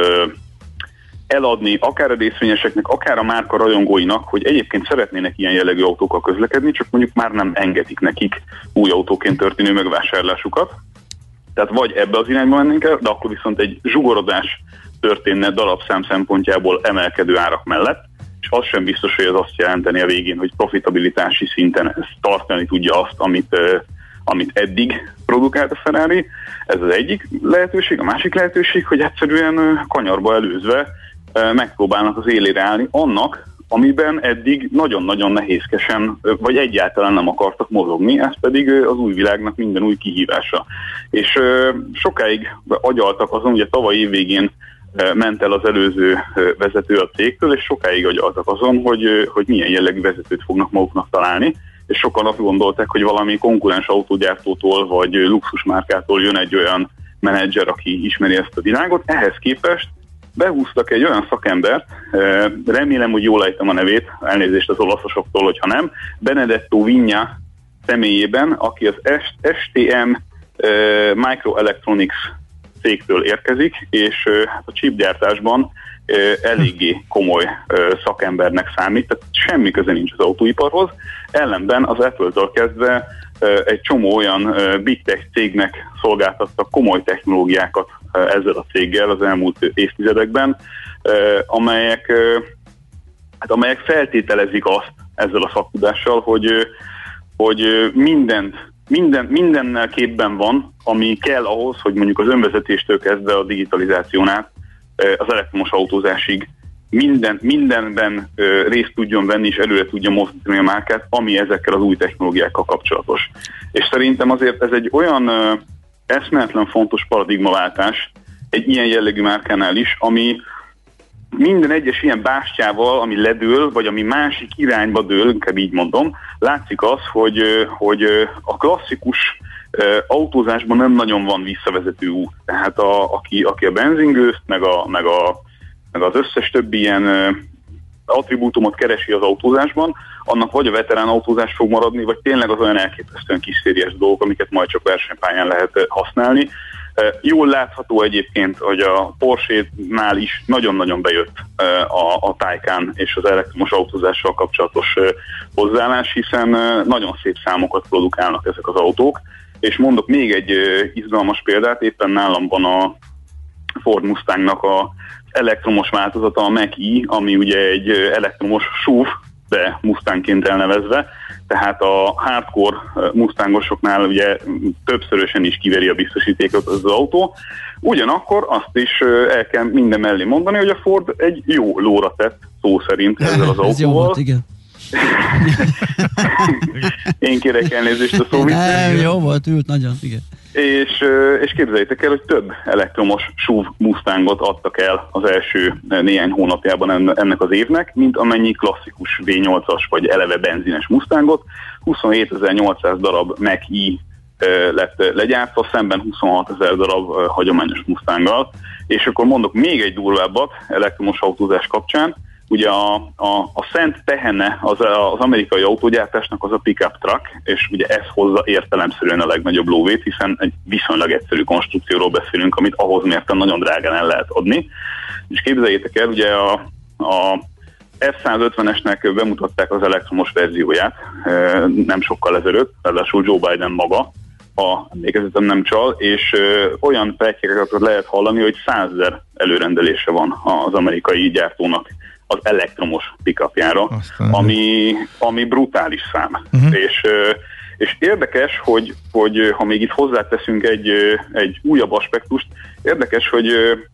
eladni akár a részvényeseknek, akár a márka rajongóinak, hogy egyébként szeretnének ilyen jellegű autókkal közlekedni, csak mondjuk már nem engedik nekik új autóként történő megvásárlásukat. Tehát vagy ebbe az irányba mennénk el, de akkor viszont egy zsugorodás történne darabszám szempontjából emelkedő árak mellett, és az sem biztos, hogy ez azt jelenteni a végén, hogy profitabilitási szinten ez tartani tudja azt, amit eddig produkált a Ferrari. Ez az egyik lehetőség. A másik lehetőség, hogy egyszerűen kanyarba előzve megpróbálnak az élére állni annak, amiben eddig nagyon-nagyon nehézkesen, vagy egyáltalán nem akartak mozogni, ez pedig az új világnak minden új kihívása. És sokáig agyaltak azon, ugye tavaly év végén ment el az előző vezető a cégtől, és sokáig agyaltak azon, hogy milyen jellegű vezetőt fognak maguknak találni, és sokan azt gondolták, hogy valami konkurens autógyártótól, vagy luxusmárkától jön egy olyan menedzser, aki ismeri ezt a világot. Ehhez képest behúztak egy olyan szakembert, remélem, hogy jól ejtem a nevét, elnézést az olaszosoktól, hogyha nem, Benedetto Vigna személyében, aki az STM Microelectronics cégtől érkezik, és hát a chipgyártásban eléggé komoly szakembernek számít, tehát semmi köze nincs az autóiparhoz. Ellenben az Apple-től kezdve egy csomó olyan big tech cégnek szolgáltattak komoly technológiákat ezzel a céggel az elmúlt évtizedekben, amelyek feltételezik azt ezzel a szaktudással, hogy mindennel képben van, ami kell ahhoz, hogy mondjuk az önvezetéstől kezdve a digitalizáción át az elektromos autózásig mindenben részt tudjon venni és előre tudja mozdítani a márkát, ami ezekkel az új technológiákkal kapcsolatos. És szerintem azért ez egy olyan eszméletlen fontos paradigmaváltás egy ilyen jellegű márkánál is, ami minden egyes ilyen bástyával, ami ledől, vagy ami másik irányba dől, inkább így mondom, látszik az, hogy a klasszikus autózásban nem nagyon van visszavezető út. Tehát aki a benzingőzt, meg az összes többi ilyen attribútumot keresi az autózásban, annak vagy a veterán autózás fog maradni, vagy tényleg az olyan elképesztően kiszériás dolgok, amiket majd csak versenypályán lehet használni. Jól látható egyébként, hogy a Porsche-nál is nagyon-nagyon bejött a Taycan és az elektromos autózással kapcsolatos hozzáállás, hiszen nagyon szép számokat produkálnak ezek az autók. És mondok még egy izgalmas példát, éppen nálam van a Ford Mustangnak az elektromos változata, a Mach-E, ami ugye egy elektromos SUV, de Mustangként elnevezve, tehát a hardcore Mustangosoknál ugye többszörösen is kiveri a biztosítékot az autó. Ugyanakkor azt is el kell minden mellé mondani, hogy a Ford egy jó lóra tett szó szerint ezzel az autóval. Ez jó volt, igen. Én kérek elnézést a szó nem, jó volt, ült nagyon, igen. És képzeljétek el, hogy több elektromos SUV Mustangot adtak el az első néhány hónapjában ennek az évnek, mint amennyi klasszikus V8-as vagy eleve benzines Mustangot. 27.800 darab Mach-E lett legyártva, szemben 26.000 darab hagyományos Mustanggal. És akkor mondok még egy durvábbat elektromos autózás kapcsán. Ugye a szent tehene az amerikai autógyártásnak az a pickup truck, és ugye ez hozza értelemszerűen a legnagyobb lóvét, hiszen egy viszonylag egyszerű konstrukcióról beszélünk, amit ahhoz mérten nagyon drágán el lehet adni. És képzeljétek el, ugye a F-150-esnek bemutatták az elektromos verzióját nem sokkal ezelőtt, ráadásul Joe Biden maga, ha emlékezetem nem csal, és olyan pletykákat lehet hallani, hogy 100.000 előrendelése van az amerikai gyártónak az elektromos pickupjára, ami brutális szám. És érdekes, hogy ha még itt hozzáteszünk egy újabb aspektust, érdekes, hogy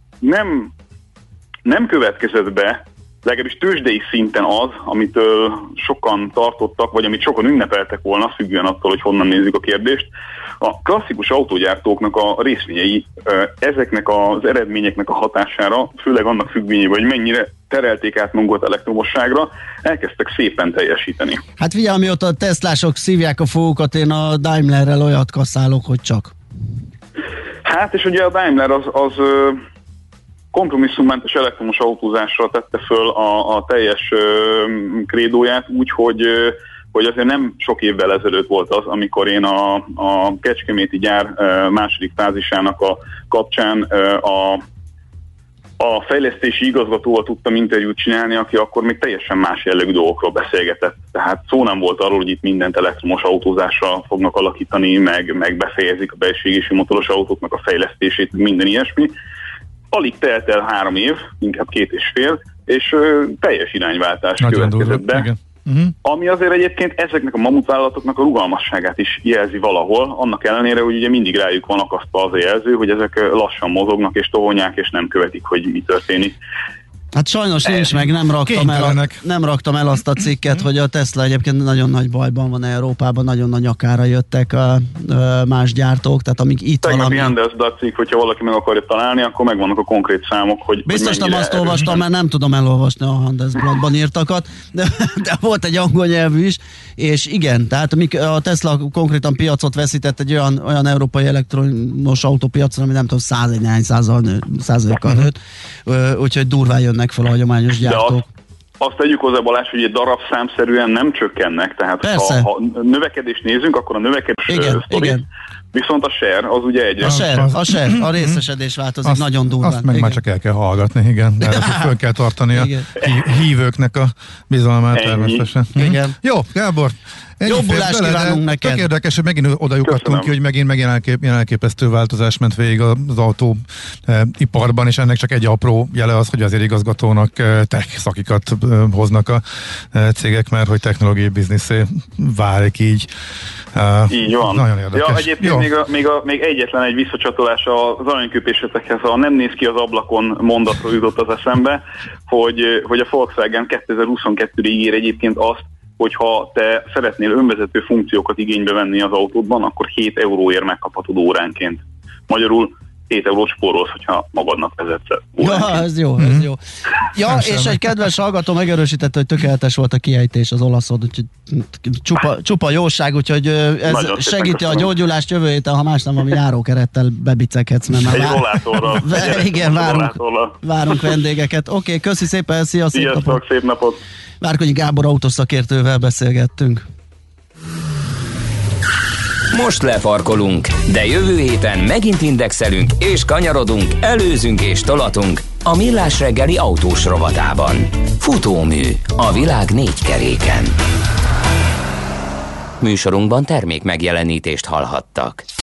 nem következett be, legalábbis tőzsdei szinten az, amitől sokan tartottak, vagy amit sokan ünnepeltek volna, függően attól, hogy honnan nézzük a kérdést. A klasszikus autógyártóknak a részvényei ezeknek az eredményeknek a hatására, főleg annak függvényében, hogy mennyire terelték át magukat elektromosságra, elkezdtek szépen teljesíteni. Hát figyelj, amióta a Teslások szívják a fogukat, én a Daimlerrel olyat kasszálok, hogy csak. Hát, és ugye a Daimler az kompromisszummentes elektromos autózásra tette föl a teljes krédóját, úgy, hogy azért nem sok évvel ezelőtt volt az, amikor én a kecskeméti gyár második fázisának a kapcsán a fejlesztési igazgatóval tudtam interjút csinálni, aki akkor még teljesen más jellegű dolgokról beszélgetett. Tehát szó nem volt arról, hogy itt mindent elektromos autózásra fognak alakítani, meg befejezik a belső égésű motoros autóknak a fejlesztését, minden ilyesmi. Alig telt el 3 év, inkább 2,5, és teljes irányváltás nagyon következett be. ami azért egyébként ezeknek a mamutvállalatoknak a rugalmasságát is jelzi valahol, annak ellenére, hogy ugye mindig rájuk van akasztva az a jelző, hogy ezek lassan mozognak és tohonyák, és nem követik, hogy mi történik. Hát sajnos nincs meg, nem raktam el azt a cikket, hogy a Tesla egyébként nagyon nagy bajban van Európában, nagyon nagy nyakára jöttek más gyártók, tehát amíg itt valami... valami... Handelsblatt cikk, hogyha valaki meg akarja találni, akkor megvannak a konkrét számok, hogy biztos nem azt olvastam, mert nem tudom elolvasni a Handelsblattban írtakat, de volt egy angol nyelvű is, és igen, tehát a Tesla konkrétan piacot veszített egy olyan európai elektromos autópiacon, ami nem tudom, 101% nőtt, úgyhogy durván jönnek fel a hagyományos gyártók. Azt tegyük hozzá, Balázs, hogy egy darabszámszerűen nem csökkennek, tehát ha növekedést nézünk, akkor a növekedés sztori, viszont a share az ugye egyre. A részesedés változik nagyon durván. Azt meg már csak el kell hallgatni, igen, de föl kell tartani a hívőknek a bizalmát természetesen. Igen. Jó, Gábor, jobbulást kívánunk neked. Tök érdekes, hogy megint oda lyukadtunk ki, hogy megint elképesztő változás ment végig az autóiparban, és ennek csak egy apró jele az, hogy azért igazgatónak tech szakikat hoznak a cégek, mert hogy technológiai bizniszé válik így. Így van. Nagyon érdekes. Ja, egyébként még egyetlen egy visszacsatolás az aranyköpésetekhez, ha nem néz ki az ablakon mondatról jutott az eszembe, hogy a Volkswagen 2022-ig ígér egyébként azt, hogyha te szeretnél önvezető funkciókat igénybe venni az autódban, akkor 7 euróért megkaphatod óránként. Magyarul 7 eurót spórolsz, hogyha magadnak vezetsz. Ja, ez jó. Ja, és egy kedves hallgató megerősítette, hogy tökéletes volt a kiejtés az olaszod, úgyhogy csupa jóság, úgyhogy ez nagyon segíti a gyógyulást jövő héten, ha más nem, valami járókerettel bebiceghetsz. Mert egy rolátorral. Igen, várunk vendégeket. Oké, köszi szépen, sziasztok, szép napot! Várkonyi Gábor autószakértővel beszélgettünk. Most lefarkolunk, de jövő héten megint indexelünk és kanyarodunk, előzünk és tolatunk a Millás reggeli autós rovatában. Futómű a világ 4 keréken. Műsorunkban termék megjelenítést hallhattak.